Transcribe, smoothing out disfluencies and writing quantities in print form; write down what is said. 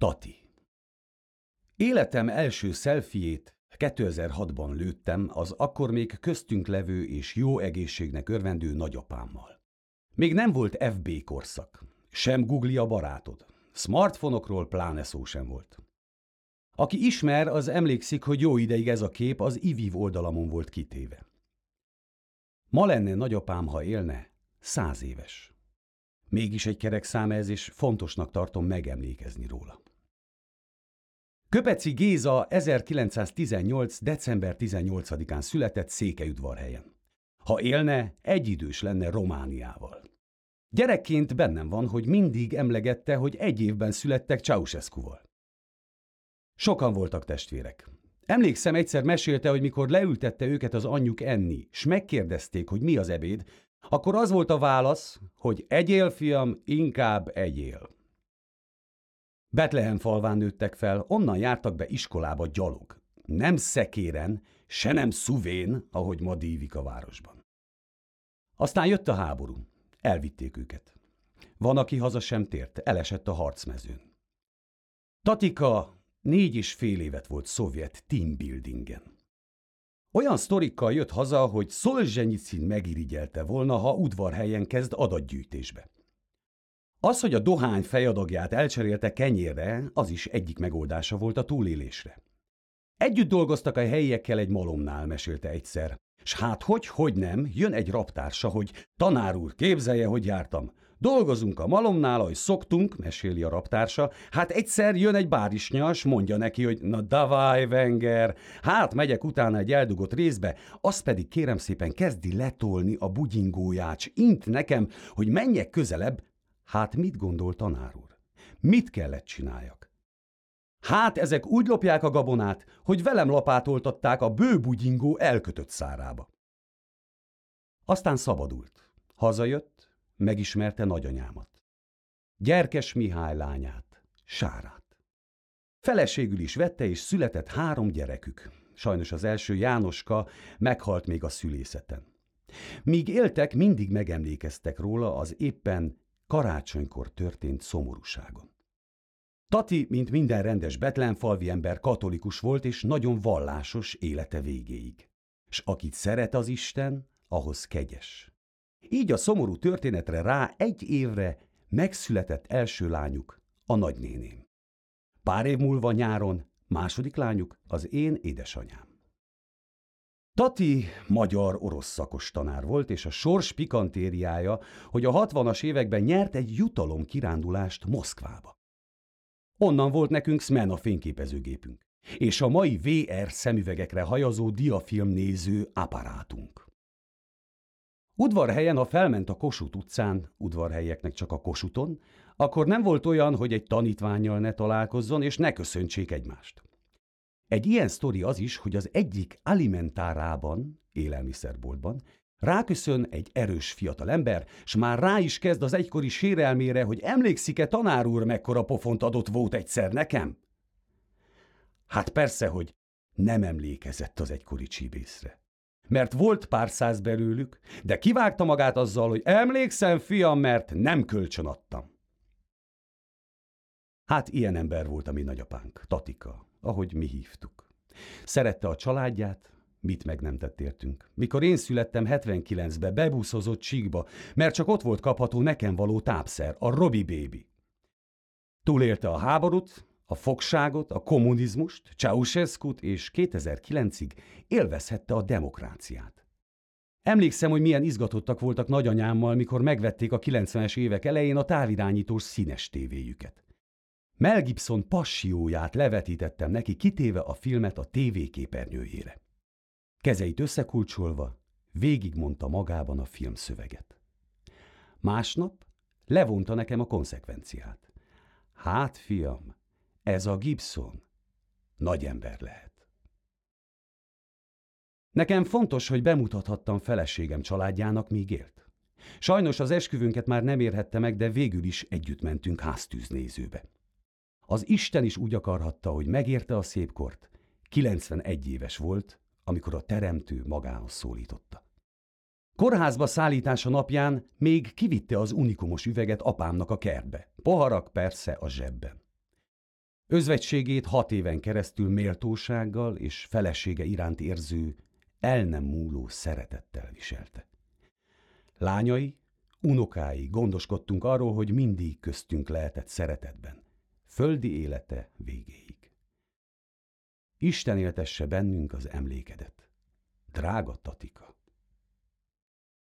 Tati. Életem első szelfiét 2006-ban lőttem az akkor még köztünk levő és jó egészségnek örvendő nagyapámmal. Még nem volt FB korszak, sem Google a barátod, smartfonokról pláne szó sem volt. Aki ismer, az emlékszik, hogy jó ideig ez a kép az iViv oldalamon volt kitéve. Ma lenne nagyapám, ha élne, 100 éves. Mégis egy kerek szám ez, és fontosnak tartom megemlékezni róla. Köpeci Géza 1918. december 18-án született Székelyudvarhelyen. Ha élne, egyidős lenne Romániával. Gyerekként bennem van, hogy mindig emlegette, hogy egy évben születtek Ceausescuval. Sokan voltak testvérek. Emlékszem, egyszer mesélte, hogy mikor leültette őket az anyjuk enni, s megkérdezték, hogy mi az ebéd, akkor az volt a válasz, hogy egyél, fiam, inkább egyél. Betlehem falván nőttek fel, onnan jártak be iskolába gyalog. Nem szekéren, se nem szuvén, ahogy ma dívik a városban. Aztán jött a háború. Elvitték őket. Van, aki haza sem tért, elesett a harcmezőn. Tatika 4,5 évet volt szovjet teambuildingen. Olyan sztorikkal jött haza, hogy Szolzsenyicin megirigyelte volna, ha Udvarhelyen kezd adatgyűjtésbe. Az, hogy a dohány fejadagját elcserélte kenyérre, az is egyik megoldása volt a túlélésre. Együtt dolgoztak a helyiekkel egy malomnál, mesélte egyszer. S hát hogy nem, jön egy raptársa, hogy tanár úr, képzelje, hogy jártam. Dolgozunk a malomnál, ahogy szoktunk, meséli a raptársa. Hát egyszer jön egy bárisnyas, mondja neki, hogy na davaj, Wenger, hát megyek utána egy eldugott részbe, azt pedig kérem szépen kezdi letolni a bugyingóját, s int nekem, hogy menjek közelebb. Hát mit gondol tanár úr? Mit kellett csináljak? Hát ezek úgy lopják a gabonát, hogy velem lapátoltatták a bőbugyingó elkötött szárába. Aztán szabadult. Hazajött, megismerte nagyanyámat. Gyerkes Mihály lányát, Sárát. Feleségül is vette, és született 3 gyerekük. Sajnos az első, Jánoska, meghalt még a szülészeten. Míg éltek, mindig megemlékeztek róla az éppen karácsonykor történt szomorúságon. Tati, mint minden rendes betlenfalvi ember, katolikus volt és nagyon vallásos élete végéig. S akit szeret az Isten, ahhoz kegyes. Így a szomorú történetre rá 1 évre megszületett első lányuk, a nagynéném. Pár év múlva nyáron második lányuk, az én édesanyám. Tati magyar-orosz szakos tanár volt, és a sors pikantériája, hogy a 60-as években nyert egy jutalomkirándulást Moszkvába. Onnan volt nekünk Smena fényképezőgépünk, és a mai VR szemüvegekre hajazó diafilmnéző apparátunk. Udvarhelyen, ha felment a Kossuth utcán, udvarhelyieknek csak a Kossuthon, akkor nem volt olyan, hogy egy tanítvánnyal ne találkozzon, és ne köszöntsék egymást. Egy ilyen sztori az is, hogy az egyik alimentárában, élelmiszerboltban, ráköszön egy erős fiatalember, s már rá is kezd az egykori sérelmére, hogy emlékszik-e tanár úr, mekkora pofont adott volt egyszer nekem? Hát persze, hogy nem emlékezett az egykori csíbészre. Mert volt pár száz belőlük, de kivágta magát azzal, hogy emlékszem, fiam, mert nem kölcsönadtam. Hát ilyen ember volt a mi nagyapánk, Tatika, ahogy mi hívtuk. Szerette a családját, mit meg nem tett értünk. Mikor én születtem 79-be, bebuszozott Csíkba, mert csak ott volt kapható nekem való tápszer, a Robi Baby. Túlélte a háborút, a fogságot, a kommunizmust, Ceausescut, és 2009-ig élvezhette a demokráciát. Emlékszem, hogy milyen izgatottak voltak nagyanyámmal, mikor megvették a 90-es évek elején a távirányítós színes tévéjüket. Mel Gibson passióját levetítettem neki, kitéve a filmet a tévéképernyőjére. Kezeit összekulcsolva, végigmondta magában a filmszöveget. Másnap levonta nekem a konszekvenciát. Hát, fiam, ez a Gibson nagy ember lehet. Nekem fontos, hogy bemutathattam feleségem családjának, míg élt. Sajnos az esküvőnket már nem érhette meg, de végül is együtt mentünk háztűznézőbe. Az Isten is úgy akarhatta, hogy megérte a szépkort. 91 éves volt, amikor a teremtő magához szólította. Kórházba szállítása napján még kivitte az unikumos üveget apámnak a kertbe. Poharak persze a zsebben. Özvegységét 6 éven keresztül méltósággal és felesége iránt érző, el nem múló szeretettel viselte. Lányai, unokái gondoskodtunk arról, hogy mindig köztünk lehetett szeretetben, földi élete végéig. Isten éltesse bennünk az emlékedet, drága Tatika!